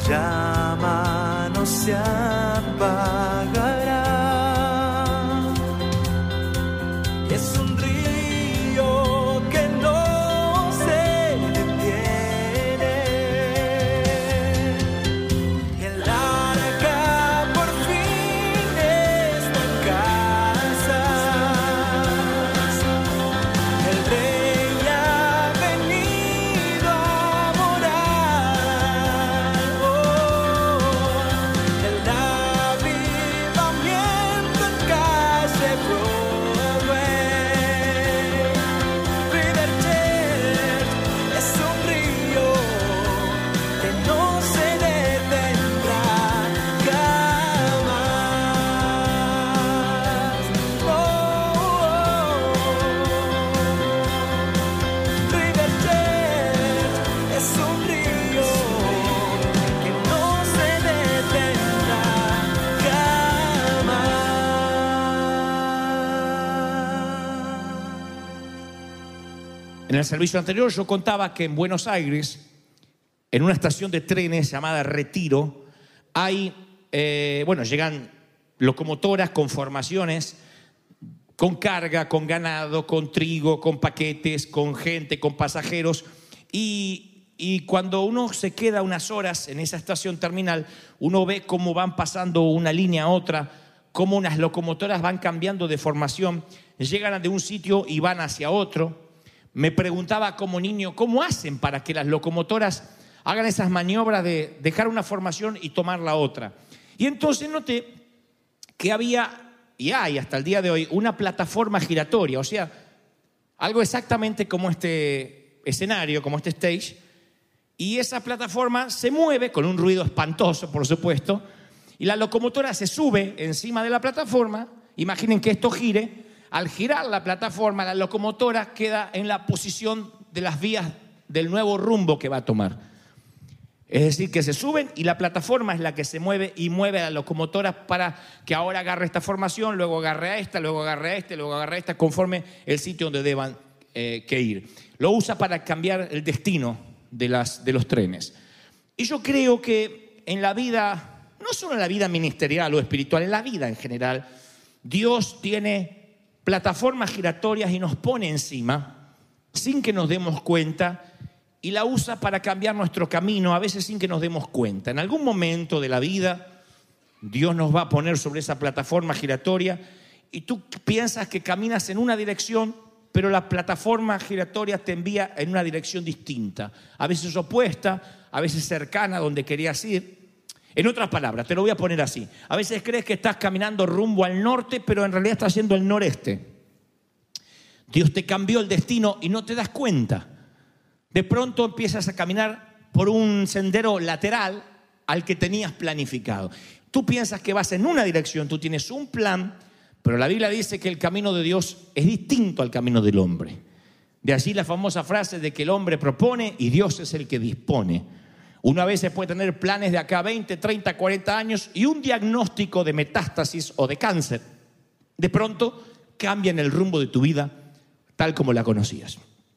llama no se apagará. Es un río que no se detiene. El arca por fin está en casa. El rey ha venido a morar. El avivamiento en calle Broadway. River Church es un río que no se detendrá jamás. River Church es un río que no se detendrá jamás. En el servicio anterior yo contaba que en Buenos Aires, en una estación de trenes llamada Retiro, hay, llegan locomotoras con formaciones, con carga, con ganado, con trigo, con paquetes, con gente, con pasajeros. Y cuando uno se queda unas horas en esa estación terminal, uno ve cómo van pasando una línea a otra, cómo unas locomotoras van cambiando de formación, llegan de un sitio y van hacia otro. Me preguntaba como niño, ¿cómo hacen para que las locomotoras hagan esas maniobras de dejar una formación y tomar la otra? Y entonces noté que había, y hay hasta el día de hoy, una plataforma giratoria, o sea, algo exactamente como este escenario, como este stage, y esa plataforma se mueve con un ruido espantoso, por supuesto, y la locomotora se sube encima de la plataforma. Imaginen que esto gire. Al girar la plataforma, la locomotora queda en la posición de las vías del nuevo rumbo que va a tomar. Es decir, que se suben y la plataforma es la que se mueve y mueve a la locomotora para que ahora agarre esta formación, luego agarre a esta, luego agarre a este, luego agarre a esta, conforme el sitio donde deban que ir. Lo usa para cambiar el destino de los trenes. Y yo creo que en la vida, no solo en la vida ministerial o espiritual, en la vida en general, Dios tiene plataformas giratorias y nos pone encima sin que nos demos cuenta, y la usa para cambiar nuestro camino, a veces sin que nos demos cuenta. En algún momento de la vida Dios nos va a poner sobre esa plataforma giratoria y tú piensas que caminas en una dirección, pero la plataforma giratoria te envía en una dirección distinta, a veces opuesta, a veces cercana a donde querías ir. En otras palabras, te lo voy a poner así: a veces crees que estás caminando rumbo al norte, pero en realidad estás yendo al noreste. Dios te cambió el destino y no te das cuenta. De pronto empiezas a caminar por un sendero lateral al que tenías planificado. Tú piensas que vas en una dirección, tú tienes un plan, pero la Biblia dice que el camino de Dios es distinto al camino del hombre. De allí la famosa frase de que el hombre propone y Dios es el que dispone. Uno a veces puede tener planes de acá a 20, 30, 40 años y un diagnóstico de metástasis o de cáncer. De pronto cambian el rumbo de tu vida tal como la conocías.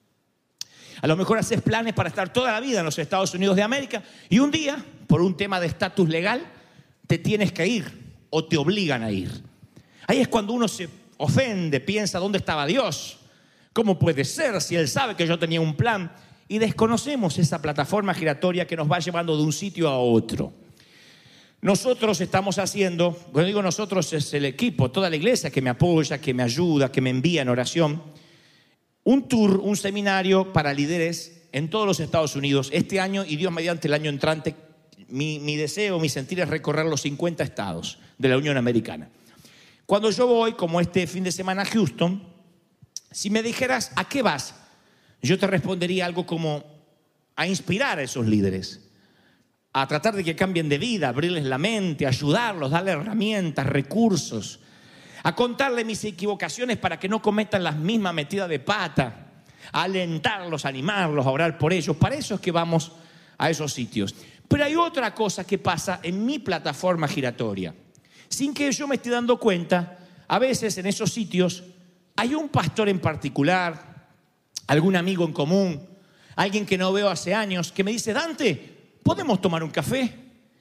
A lo mejor haces planes para estar toda la vida en los Estados Unidos de América y un día, por un tema de estatus legal, te tienes que ir o te obligan a ir. Ahí es cuando uno se ofende, piensa: ¿dónde estaba Dios? ¿Cómo puede ser si Él sabe que yo tenía un plan? Y desconocemos esa plataforma giratoria que nos va llevando de un sitio a otro. Nosotros estamos haciendo, cuando digo nosotros es el equipo, toda la iglesia que me apoya, que me ayuda, que me envía en oración, un tour, un seminario para líderes en todos los Estados Unidos este año, y Dios mediante el año entrante. Mi deseo, mi sentir es recorrer los 50 estados de la Unión Americana. Cuando yo voy, como este fin de semana, a Houston, si me dijeras ¿a qué vas?, yo te respondería algo como a inspirar a esos líderes, a tratar de que cambien de vida, abrirles la mente, ayudarlos, darles herramientas, recursos, a contarles mis equivocaciones para que no cometan las mismas metidas de pata, a alentarlos, a animarlos, a orar por ellos. Para eso es que vamos a esos sitios. Pero hay otra cosa que pasa en mi plataforma giratoria. Sin que yo me esté dando cuenta, a veces en esos sitios hay un pastor en particular, algún amigo en común, alguien que no veo hace años, que me dice: Dante, ¿podemos tomar un café?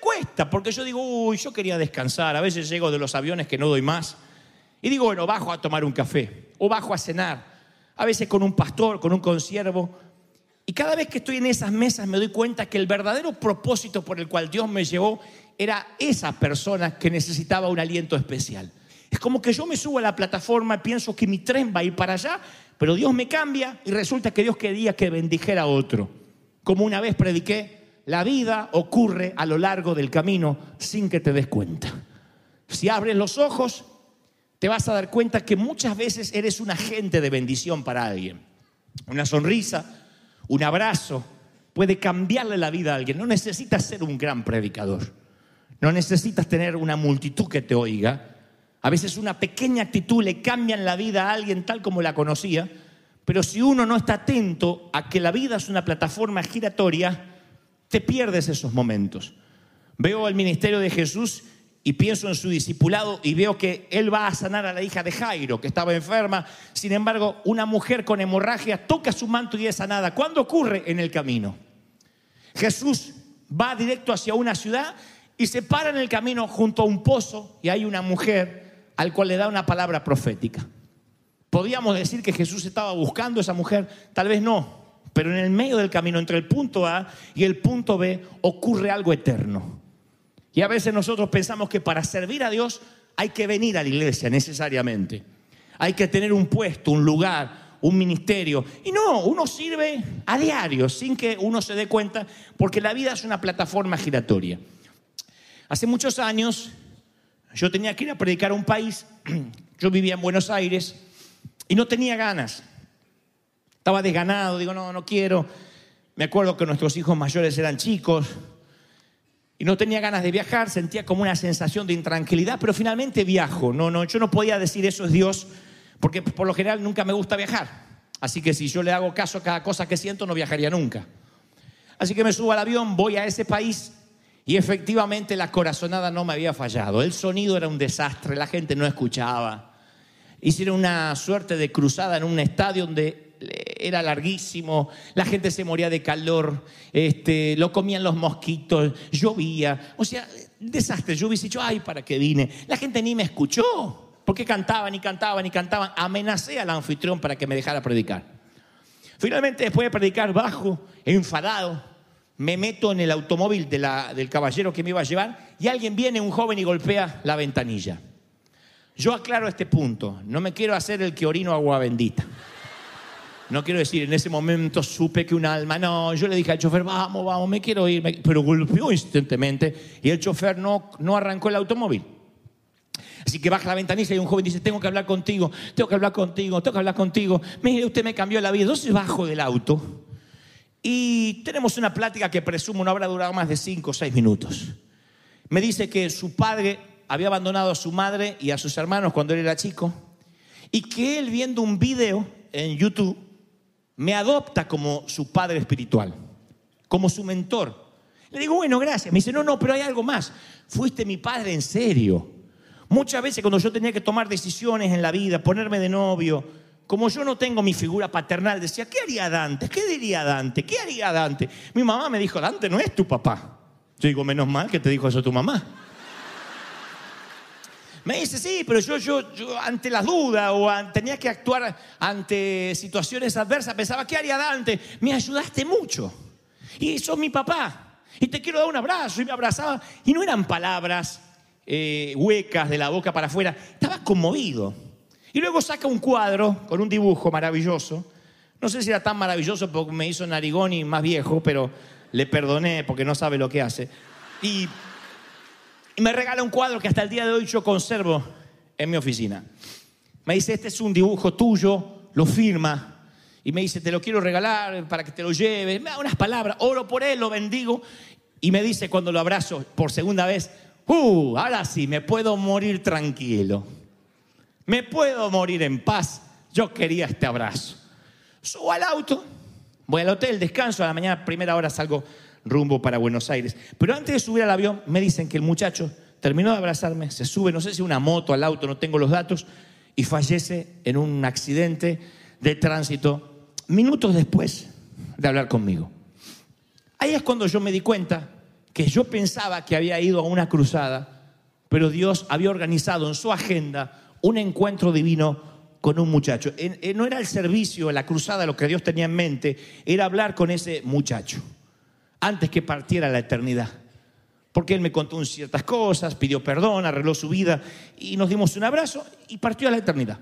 cuesta, porque yo digo, uy, yo quería descansar. A veces llego de los aviones que no doy más. Y digo, bueno, bajo a tomar un café o bajo a cenar. A veces con un pastor, con un consiervo. Y cada vez que estoy en esas mesas me doy cuenta que el verdadero propósito por el cual Dios me llevó era esa persona que necesitaba un aliento especial. Es como que yo me subo a la plataforma y pienso que mi tren va a ir para allá, pero Dios me cambia y resulta que Dios quería que bendijera a otro. Como una vez prediqué, la vida ocurre a lo largo del camino sin que te des cuenta. Si abres los ojos, te vas a dar cuenta que muchas veces eres un agente de bendición para alguien. Una sonrisa, un abrazo puede cambiarle la vida a alguien. No necesitas ser un gran predicador. No necesitas tener una multitud que te oiga. A veces una pequeña actitud le cambia la vida a alguien tal como la conocía. Pero si uno no está atento a que la vida es una plataforma giratoria, te pierdes esos momentos. Veo el ministerio de Jesús y pienso en su discipulado y veo que él va a sanar a la hija de Jairo, que estaba enferma. Sin embargo, una mujer con hemorragia toca su manto y es sanada. ¿Cuándo ocurre? En el camino. Jesús va directo hacia una ciudad y se para en el camino junto a un pozo y hay una mujer al cual le da una palabra profética. ¿Podríamos decir que Jesús estaba buscando a esa mujer? Tal vez no, pero en el medio del camino, entre el punto A y el punto B, ocurre algo eterno. Y a veces nosotros pensamos que para servir a Dios hay que venir a la iglesia necesariamente. Hay que tener un puesto, un lugar, un ministerio. Y no, uno sirve a diario sin que uno se dé cuenta, porque la vida es una plataforma giratoria. Hace muchos años yo tenía que ir a predicar a un país. Yo vivía en Buenos Aires y no tenía ganas. Estaba desganado, digo, no quiero. Me acuerdo que nuestros hijos mayores eran chicos y no tenía ganas de viajar, sentía como una sensación de intranquilidad, pero finalmente viajo. Yo no podía decir eso es Dios, porque por lo general nunca me gusta viajar. Así que si yo le hago caso a cada cosa que siento, no viajaría nunca. Así que me subo al avión, voy a ese país y efectivamente la corazonada no me había fallado. El sonido era un desastre, la gente no escuchaba. Hicieron una suerte de cruzada en un estadio donde era larguísimo, la gente se moría de calor, lo comían los mosquitos, llovía, o sea, desastre. Yo hubiese dicho, ay, ¿para qué vine? La gente ni me escuchó, porque cantaban y cantaban y cantaban. Amenacé al anfitrión para que me dejara predicar. Finalmente, después de predicar, bajo, enfadado, me meto en el automóvil del caballero que me iba a llevar y alguien viene, un joven, y golpea la ventanilla. Yo aclaro este punto, no me quiero hacer el que orino agua bendita. No quiero decir, en ese momento supe que un alma, no, yo le dije al chofer, vamos, me quiero ir, pero golpeó insistentemente y el chofer no arrancó el automóvil. Así que baja la ventanilla y un joven dice, tengo que hablar contigo. Mire, usted me cambió la vida. Entonces bajo del auto y tenemos una plática que presumo no habrá durado más de 5 o 6 minutos. Me dice que su padre había abandonado a su madre y a sus hermanos cuando él era chico y que él, viendo un video en YouTube, me adopta como su padre espiritual, como su mentor. Le digo, bueno, gracias. Me dice, no, pero hay algo más. Fuiste mi padre en serio. Muchas veces cuando yo tenía que tomar decisiones en la vida, ponerme de novio, como yo no tengo mi figura paternal, decía, ¿qué haría Dante? ¿Qué diría Dante? ¿Qué haría Dante? Mi mamá me dijo, Dante no es tu papá. Yo digo, menos mal que te dijo eso tu mamá. Me dice, sí, pero yo ante las dudas o tenía que actuar ante situaciones adversas, pensaba, ¿qué haría Dante? Me ayudaste mucho y sos mi papá y te quiero dar un abrazo. Y me abrazaba y no eran palabras huecas de la boca para afuera, estaba conmovido. Y luego saca un cuadro con un dibujo maravilloso. No sé si era tan maravilloso porque me hizo Narigoni más viejo, pero le perdoné porque no sabe lo que hace. Y me regala un cuadro que hasta el día de hoy yo conservo en mi oficina. Me dice, este es un dibujo tuyo, lo firma. Y me dice, te lo quiero regalar para que te lo lleves. Me da unas palabras, oro por él, lo bendigo. Y me dice cuando lo abrazo por segunda vez, ahora sí, me puedo morir tranquilo. Me puedo morir en paz. Yo quería este abrazo. Subo al auto, voy al hotel, descanso. A la mañana, primera hora, salgo rumbo para Buenos Aires. Pero antes de subir al avión, me dicen que el muchacho terminó de abrazarme, se sube, no sé si una moto al auto, no tengo los datos, y fallece en un accidente de tránsito minutos después de hablar conmigo. Ahí es cuando yo me di cuenta que yo pensaba que había ido a una cruzada, pero Dios había organizado en su agenda un encuentro divino con un muchacho. No era el servicio, la cruzada, lo que Dios tenía en mente, era hablar con ese muchacho antes que partiera a la eternidad. Porque él me contó ciertas cosas, pidió perdón, arregló su vida y nos dimos un abrazo y partió a la eternidad.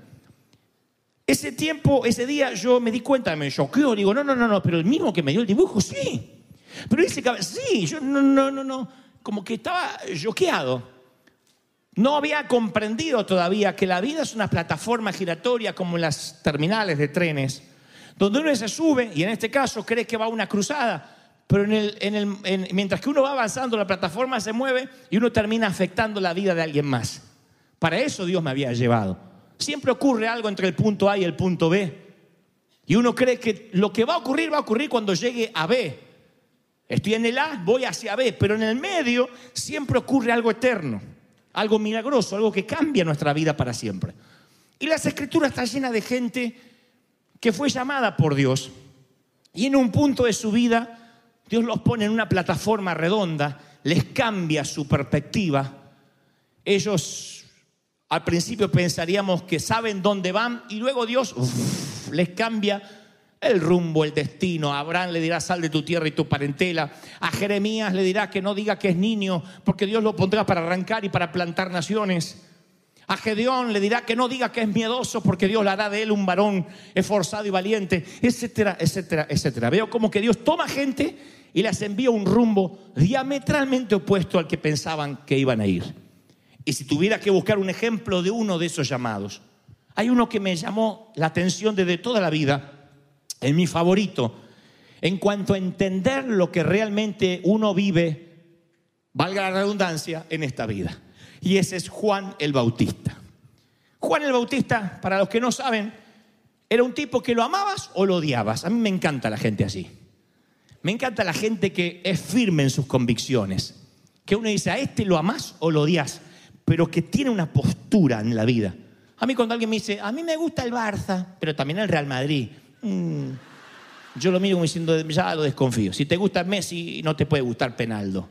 Ese tiempo, ese día yo me di cuenta, me choqueó, digo, no, pero el mismo que me dio el dibujo, sí. Pero dice que sí, yo no, como que estaba choqueado. No había comprendido todavía que la vida es una plataforma giratoria como en las terminales de trenes, donde uno se sube y en este caso cree que va a una cruzada, pero mientras que uno va avanzando la plataforma se mueve y uno termina afectando la vida de alguien más. Para eso Dios me había llevado. Siempre ocurre algo entre el punto A y el punto B. Y uno cree que lo que va a ocurrir cuando llegue a B. Estoy en el A, voy hacia B, pero en el medio siempre ocurre algo eterno, algo milagroso, algo que cambia nuestra vida para siempre. Y las Escrituras están llenas de gente que fue llamada por Dios y en un punto de su vida Dios los pone en una plataforma redonda, les cambia su perspectiva. Ellos al principio pensaríamos que saben dónde van y luego Dios les cambia el rumbo, el destino. A Abraham le dirá, sal de tu tierra y tu parentela. A Jeremías le dirá que no diga que es niño, porque Dios lo pondrá para arrancar y para plantar naciones. A Gedeón le dirá que no diga que es miedoso, porque Dios le hará de él un varón esforzado y valiente, etcétera, etcétera, etcétera. Veo como que Dios toma gente y les envía un rumbo diametralmente opuesto al que pensaban que iban a ir. Y si tuviera que buscar un ejemplo de uno de esos llamados, hay uno que me llamó la atención desde toda la vida, es mi favorito, en cuanto a entender lo que realmente uno vive, valga la redundancia, en esta vida. Y ese es Juan el Bautista. Juan el Bautista, para los que no saben, era un tipo que lo amabas o lo odiabas. A mí me encanta la gente así. Me encanta la gente que es firme en sus convicciones. Que uno dice, a este lo amás o lo odias, pero que tiene una postura en la vida. A mí cuando alguien me dice, a mí me gusta el Barça, pero también el Real Madrid, yo lo miro como diciendo, ya lo desconfío. Si te gusta Messi, no te puede gustar Penaldo.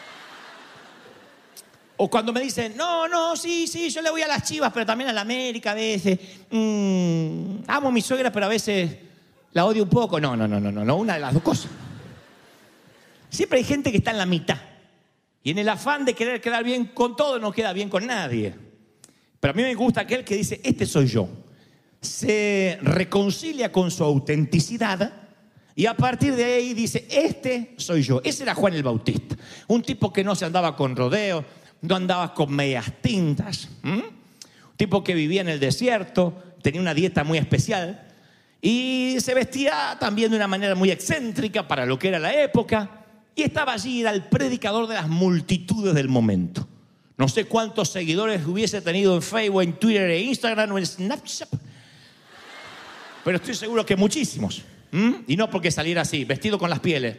O cuando me dicen, sí, yo le voy a las Chivas, pero también a la América a veces. Amo a mi suegra, pero a veces la odio un poco. No, una de las dos cosas. Siempre hay gente que está en la mitad. Y en el afán de querer quedar bien con todo, no queda bien con nadie. Pero a mí me gusta aquel que dice, este soy yo. Se reconcilia con su autenticidad y a partir de ahí dice, este soy yo. Ese era Juan el Bautista. Un tipo que no se andaba con rodeos, no andaba con medias tintas. Un tipo que vivía en el desierto, tenía una dieta muy especial y se vestía también de una manera muy excéntrica para lo que era la época. Y estaba allí, era el predicador de las multitudes del momento. No sé cuántos seguidores hubiese tenido en Facebook, en Twitter, e Instagram o en Snapchat. Pero estoy seguro que muchísimos. Y no porque saliera así, vestido con las pieles.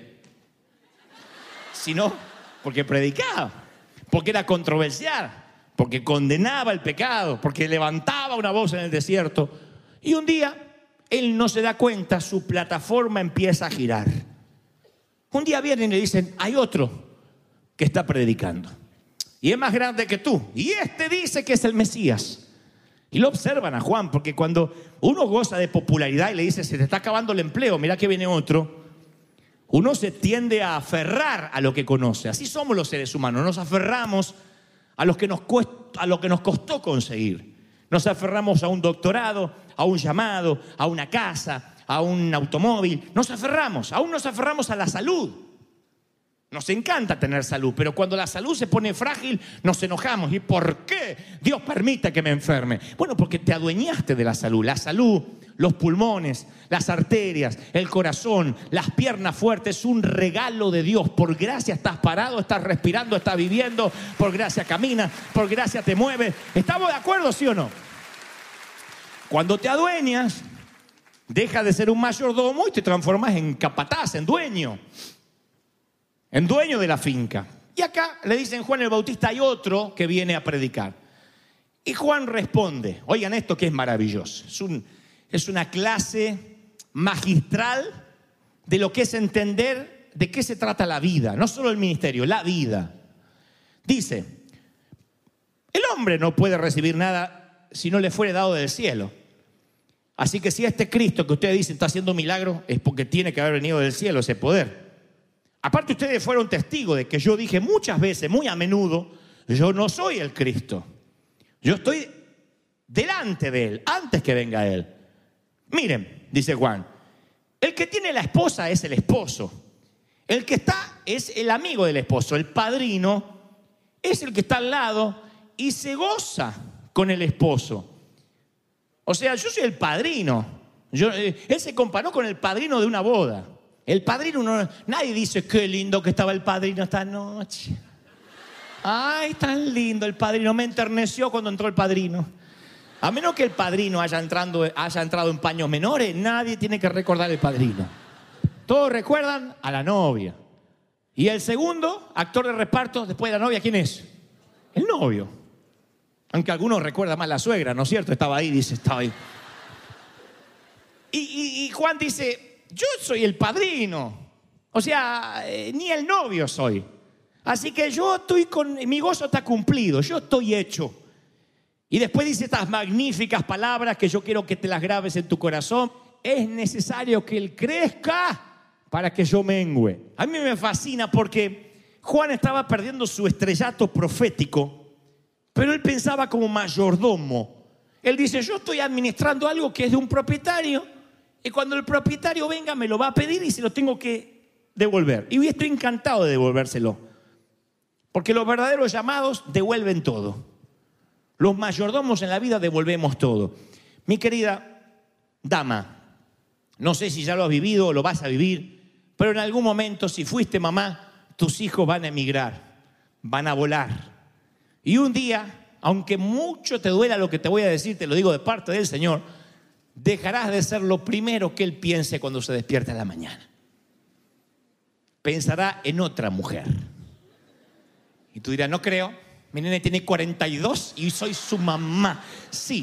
Sino porque predicaba. Porque era controversial. Porque condenaba el pecado. Porque levantaba una voz en el desierto. Y un día, él no se da cuenta, su plataforma empieza a girar. Un día vienen y le dicen, hay otro que está predicando. Y es más grande que tú. Y este dice que es el Mesías. Y lo observan a Juan, porque cuando uno goza de popularidad y le dice, se te está acabando el empleo, mira que viene otro, uno se tiende a aferrar a lo que conoce. Así somos los seres humanos. Nos aferramos a lo que nos costó conseguir. Nos aferramos a un doctorado, a un llamado, a una casa, a un automóvil. Aún nos aferramos a la salud. Nos encanta tener salud, pero cuando la salud se pone frágil, nos enojamos. ¿Y por qué Dios permite que me enferme? Bueno, porque te adueñaste de la salud. La salud, los pulmones, las arterias, el corazón, las piernas fuertes, es un regalo de Dios. Por gracia estás parado, estás respirando, estás viviendo. Por gracia caminas, por gracia te mueves. ¿Estamos de acuerdo, sí o no? Cuando te adueñas, deja de ser un mayordomo y te transformas en capataz, en dueño de la finca. Y acá le dicen, Juan el Bautista, hay otro que viene a predicar. Y Juan responde, oigan esto que es maravilloso. Es una clase magistral de lo que es entender de qué se trata la vida, no solo el ministerio, la vida. Dice, el hombre no puede recibir nada si no le fuere dado del cielo. Así que si este Cristo que ustedes dicen está haciendo milagros, es porque tiene que haber venido del cielo ese poder. Aparte, ustedes fueron testigos de que yo dije muchas veces, muy a menudo, yo no soy el Cristo. Yo estoy delante de Él, antes que venga Él. Miren, dice Juan, el que tiene la esposa es el esposo. El que está es el amigo del esposo. El padrino es el que está al lado y se goza con el esposo. O sea, yo soy el padrino. Él se comparó con el padrino de una boda. El padrino, nadie dice, qué lindo que estaba el padrino esta noche. Ay, tan lindo el padrino. Me enterneció cuando entró el padrino. A menos que el padrino haya entrado en paños menores, nadie tiene que recordar el padrino. Todos recuerdan a la novia. Y el segundo actor de reparto después de la novia, ¿quién es? El novio. Aunque algunos recuerdan más la suegra, ¿no es cierto? Estaba ahí, dice, estaba ahí. Y Juan dice, yo soy el padrino. O sea, ni el novio soy. Así que yo estoy mi gozo está cumplido, yo estoy hecho. Y después dice estas magníficas palabras que yo quiero que te las grabes en tu corazón. Es necesario que Él crezca para que yo mengüe. A mí me fascina porque Juan estaba perdiendo su estrellato profético, pero él pensaba como mayordomo. Él dice, yo estoy administrando algo que es de un propietario y cuando el propietario venga me lo va a pedir y se lo tengo que devolver. Y hoy estoy encantado de devolvérselo, porque los verdaderos llamados devuelven todo. Los mayordomos en la vida devolvemos todo. Mi querida dama, no sé si ya lo has vivido o lo vas a vivir, pero en algún momento, si fuiste mamá, tus hijos van a emigrar, van a volar. Y un día, aunque mucho te duela lo que te voy a decir, te lo digo de parte del Señor, dejarás de ser lo primero que Él piense cuando se despierta en la mañana. Pensará en otra mujer. Y tú dirás, no creo, mi nene tiene 42 y soy su mamá. Sí.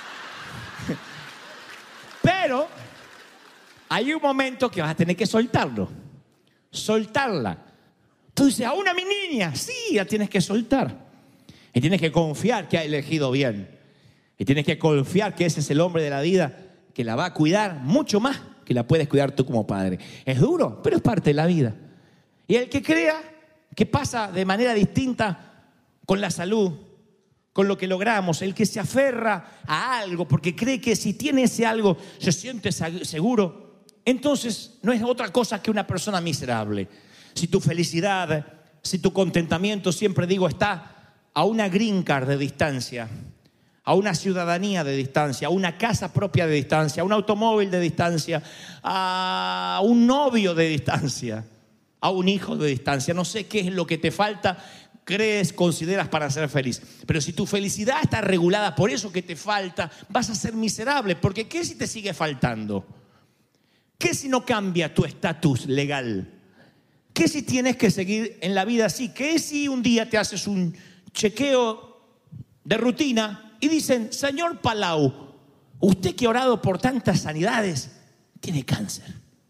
Pero hay un momento que vas a tener que soltarlo. Soltarla. Tú dices, aún a mi niña, sí, la tienes que soltar. Y tienes que confiar que ha elegido bien. Y tienes que confiar que ese es el hombre de la vida que la va a cuidar mucho más que la puedes cuidar tú como padre. Es duro, pero es parte de la vida. Y el que crea que pasa de manera distinta con la salud, con lo que logramos, el que se aferra a algo porque cree que si tiene ese algo se siente seguro, entonces no es otra cosa que una persona miserable. Si tu felicidad, si tu contentamiento, siempre digo, está a una green card de distancia, a una ciudadanía de distancia, a una casa propia de distancia, a un automóvil de distancia, a un novio de distancia, a un hijo de distancia, no sé qué es lo que te falta, crees, consideras para ser feliz. Pero si tu felicidad está regulada por eso que te falta, vas a ser miserable, porque ¿qué si te sigue faltando? ¿Qué si no cambia tu estatus legal? ¿Qué si tienes que seguir en la vida así? ¿Qué si un día te haces un chequeo de rutina y dicen, señor Palau, usted que ha orado por tantas sanidades, tiene cáncer?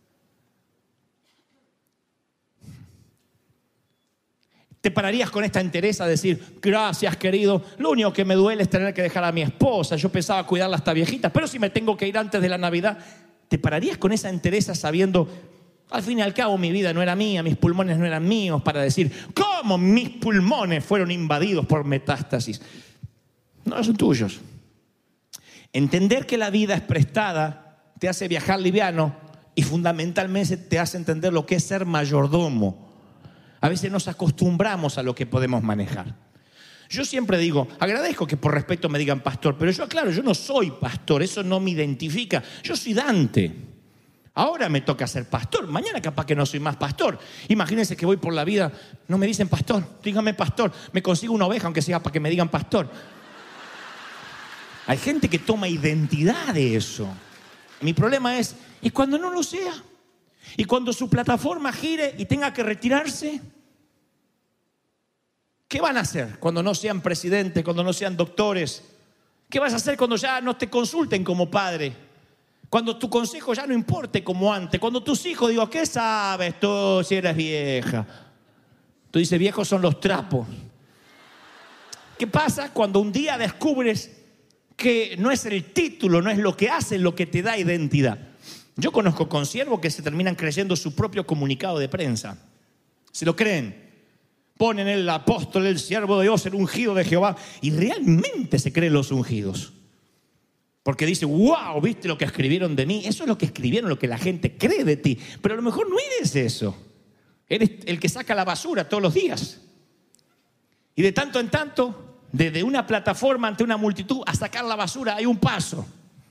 ¿Te pararías con esta entereza a decir, gracias querido, lo único que me duele es tener que dejar a mi esposa, yo pensaba cuidarla hasta viejita, pero si me tengo que ir antes de la Navidad? ¿Te pararías con esa entereza sabiendo, al fin y al cabo mi vida no era mía, mis pulmones no eran míos, para decir, ¿cómo mis pulmones fueron invadidos por metástasis? No son tuyos. Entender que la vida es prestada te hace viajar liviano y fundamentalmente te hace entender lo que es ser mayordomo. A veces nos acostumbramos a lo que podemos manejar. Yo siempre digo, agradezco que por respeto me digan pastor, pero yo aclaro, yo no soy pastor, eso no me identifica. Yo soy Dante. Ahora me toca ser pastor, mañana capaz que no soy más pastor. Imagínense que voy por la vida, no me dicen pastor, dígame pastor, me consigo una oveja aunque sea para que me digan pastor. Hay gente que toma identidad de eso. Mi problema es, ¿y cuando no lo sea? ¿Y cuando su plataforma gire y tenga que retirarse? ¿Qué van a hacer cuando no sean presidentes, cuando no sean doctores? ¿Qué vas a hacer cuando ya no te consulten como padre? Cuando tu consejo ya no importe como antes. Cuando tus hijos digo, ¿qué sabes tú si eres vieja? Tú dices, viejos son los trapos. ¿Qué pasa cuando un día descubres que no es el título, no es lo que hace lo que te da identidad? Yo conozco consiervos que se terminan creyendo su propio comunicado de prensa. Se lo creen. Ponen el apóstol, el siervo de Dios, el ungido de Jehová. Y realmente se creen los ungidos. Porque dice, wow, ¿viste lo que escribieron de mí? Eso es lo que escribieron, lo que la gente cree de ti. Pero a lo mejor no eres eso. Eres el que saca la basura todos los días. Y de tanto en tanto, desde una plataforma ante una multitud a sacar la basura hay un paso.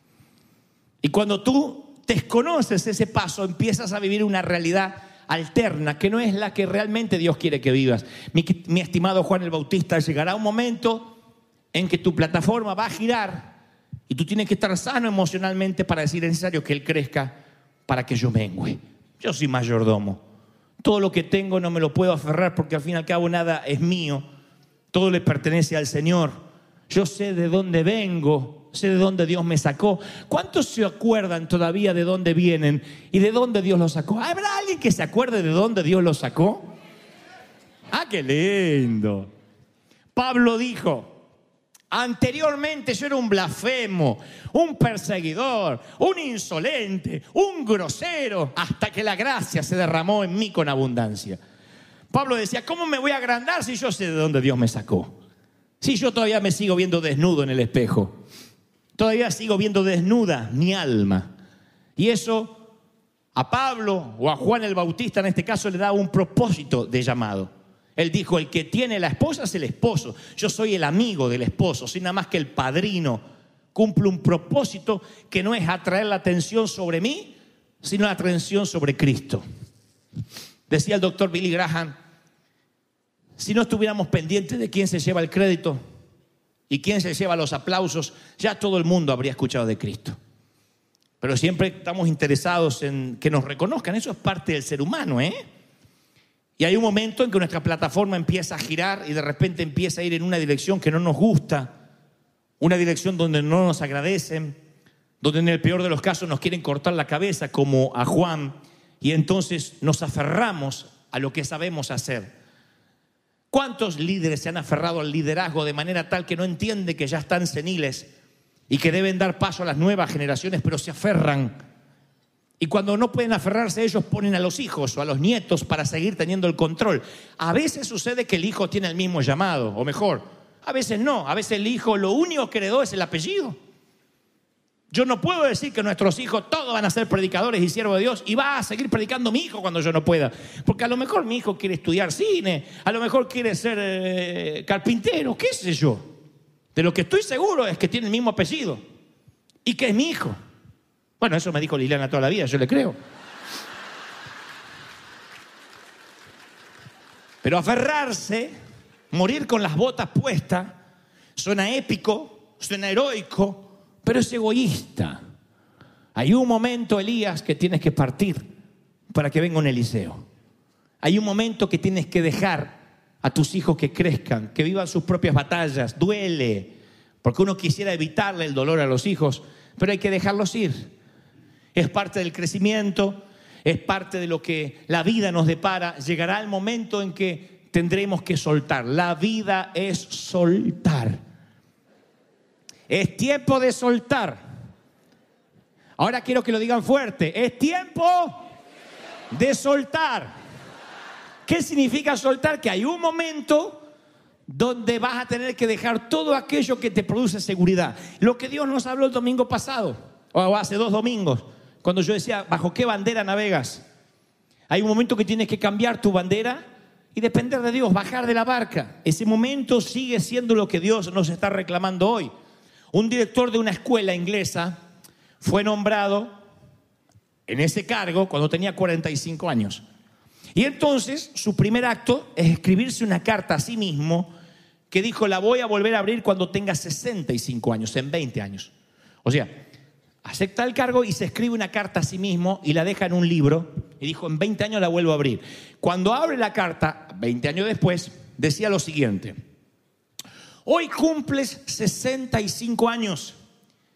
Y cuando tú desconoces ese paso, empiezas a vivir una realidad alterna, que no es la que realmente Dios quiere que vivas. Mi estimado Juan el Bautista, llegará un momento en que tu plataforma va a girar y tú tienes que estar sano emocionalmente para decir, es necesario que Él crezca para que yo mengüe. Yo soy mayordomo. Todo lo que tengo no me lo puedo aferrar porque al fin y al cabo nada es mío. Todo le pertenece al Señor. Yo sé de dónde vengo, sé de dónde Dios me sacó. ¿Cuántos se acuerdan todavía de dónde vienen y de dónde Dios los sacó? ¿Habrá alguien que se acuerde de dónde Dios los sacó? ¡Ah, qué lindo! Pablo dijo, anteriormente yo era un blasfemo, un perseguidor, un insolente, un grosero, hasta que la gracia se derramó en mí con abundancia. Pablo decía, ¿cómo me voy a agrandar si yo sé de dónde Dios me sacó? Si yo todavía me sigo viendo desnudo en el espejo. Todavía sigo viendo desnuda mi alma. Y eso a Pablo o a Juan el Bautista en este caso le da un propósito de llamado. Él dijo, el que tiene la esposa es el esposo. Yo soy el amigo del esposo, soy nada más que el padrino. Cumple un propósito que no es atraer la atención sobre mí, sino la atención sobre Cristo. Decía el doctor Billy Graham, si no estuviéramos pendientes de quién se lleva el crédito y quién se lleva los aplausos, ya todo el mundo habría escuchado de Cristo. Pero siempre estamos interesados en que nos reconozcan. Eso es parte del ser humano, ¿eh? Y hay un momento en que nuestra plataforma empieza a girar y de repente empieza a ir en una dirección que no nos gusta, una dirección donde no nos agradecen, donde en el peor de los casos nos quieren cortar la cabeza, como a Juan, y entonces nos aferramos a lo que sabemos hacer. ¿Cuántos líderes se han aferrado al liderazgo de manera tal que no entienden que ya están seniles y que deben dar paso a las nuevas generaciones, pero se aferran? Y cuando no pueden aferrarse, ellos ponen a los hijos o a los nietos para seguir teniendo el control. A veces sucede que el hijo tiene el mismo llamado, o mejor, a veces no. A veces el hijo lo único que heredó es el apellido. Yo no puedo decir que nuestros hijos todos van a ser predicadores y siervos de Dios y va a seguir predicando mi hijo cuando yo no pueda. Porque a lo mejor mi hijo quiere estudiar cine, a lo mejor quiere ser carpintero, qué sé yo. De lo que estoy seguro es que tiene el mismo apellido y que es mi hijo. Bueno, eso me dijo Liliana toda la vida, yo le creo. Pero aferrarse, morir con las botas puestas, suena épico, suena heroico, pero es egoísta. Hay un momento, Elías, que tienes que partir para que venga un Eliseo. Hay un momento que tienes que dejar a tus hijos que crezcan, que vivan sus propias batallas. Duele, porque uno quisiera evitarle el dolor a los hijos, pero hay que dejarlos ir. Es parte del crecimiento, es parte de lo que la vida nos depara. Llegará el momento en que tendremos que soltar. La vida es soltar. Es tiempo de soltar. Ahora quiero que lo digan fuerte. Es tiempo de soltar. ¿Qué significa soltar? Que hay un momento donde vas a tener que dejar todo aquello que te produce seguridad. Lo que Dios nos habló el domingo pasado, o hace 2 domingos, cuando yo decía, ¿bajo qué bandera navegas? Hay un momento que tienes que cambiar tu bandera y depender de Dios, bajar de la barca. Ese momento sigue siendo lo que Dios nos está reclamando hoy. Un director de una escuela inglesa fue nombrado en ese cargo cuando tenía 45 años. Y entonces su primer acto es escribirse una carta a sí mismo que dijo, la voy a volver a abrir cuando tenga 65 años, en 20 años. O sea, acepta el cargo y se escribe una carta a sí mismo y la deja en un libro y dijo, en 20 años la vuelvo a abrir. Cuando abre la carta, 20 años después, decía lo siguiente: hoy cumples 65 años.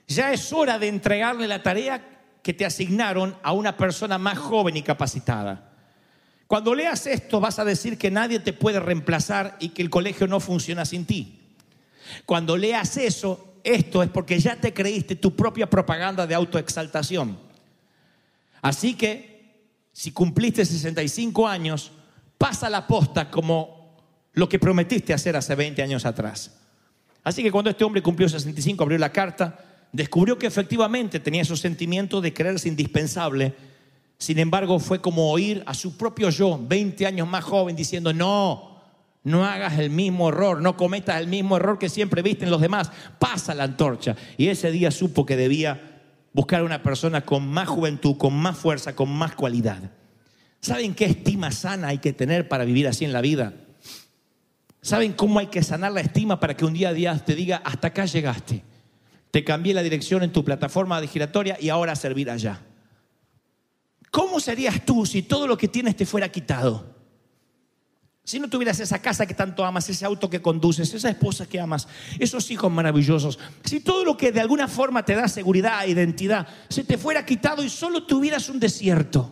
Ya es hora de entregarle la tarea que te asignaron a una persona más joven y capacitada. Cuando leas esto vas a decir que nadie te puede reemplazar y que el colegio no funciona sin ti. Cuando leas eso, esto es porque ya te creíste tu propia propaganda de autoexaltación. Así que, si cumpliste 65 años, pasa la posta como lo que prometiste hacer hace 20 años atrás. Así que cuando este hombre cumplió 65, abrió la carta, descubrió que efectivamente tenía esos sentimientos de creerse indispensable. Sin embargo, fue como oír a su propio yo, 20 años más joven, diciendo: no hagas el mismo error, no cometas el mismo error que siempre viste en los demás, pasa la antorcha. Y ese día supo que debía buscar a una persona con más juventud, con más fuerza, con más cualidad. ¿Saben qué estima sana hay que tener para vivir así en la vida? ¿Saben cómo hay que sanar la estima para que un día a día te diga: hasta acá llegaste? Te cambié la dirección en tu plataforma de giratoria y ahora a servir allá. ¿Cómo serías tú si todo lo que tienes te fuera quitado? Si no tuvieras esa casa que tanto amas, ese auto que conduces, esa esposa que amas, esos hijos maravillosos. Si todo lo que de alguna forma te da seguridad e identidad se te fuera quitado y solo tuvieras un desierto,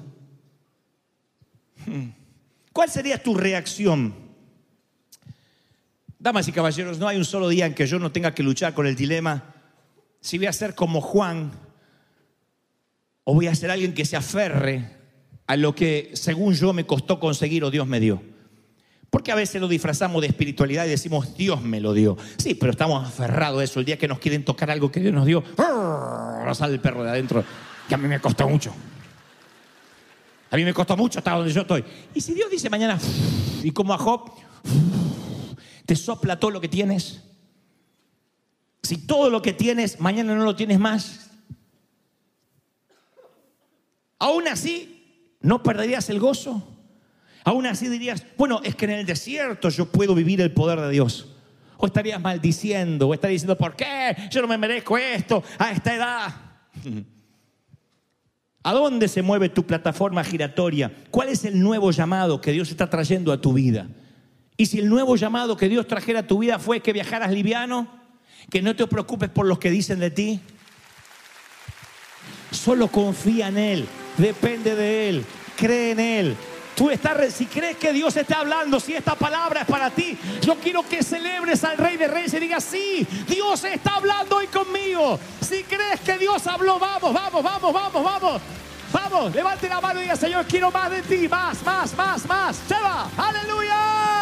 ¿cuál sería tu reacción? Damas y caballeros, no hay un solo día en que yo no tenga que luchar con el dilema: si voy a ser como Juan o voy a ser alguien que se aferre a lo que según yo me costó conseguir o Dios me dio. Porque a veces lo disfrazamos de espiritualidad y decimos: Dios me lo dio. Sí, pero estamos aferrados a eso. El día que nos quieren tocar algo que Dios nos dio, nos sale el perro de adentro, que a mí me costó mucho. A mí me costó mucho estar donde yo estoy. Y si Dios dice mañana, y como a Job, te sopla todo lo que tienes. Si todo lo que tienes, mañana no lo tienes más, aún así, ¿no perderías el gozo? Aún así dirías: bueno, es que en el desierto yo puedo vivir el poder de Dios. O estarías maldiciendo, o estarías diciendo: ¿por qué? Yo no me merezco esto a esta edad. ¿A dónde se mueve tu plataforma giratoria? ¿Cuál es el nuevo llamado que Dios está trayendo a tu vida? Y si el nuevo llamado que Dios trajera a tu vida fue que viajaras liviano, que no te preocupes por los que dicen de ti, solo confía en Él, depende de Él, cree en Él. Si crees que Dios está hablando, si esta palabra es para ti, yo quiero que celebres al Rey de Reyes y digas: sí, Dios está hablando hoy conmigo. Si crees que Dios habló, vamos. Vamos, levante la mano y diga: Señor, quiero más de ti, más. Se va, aleluya.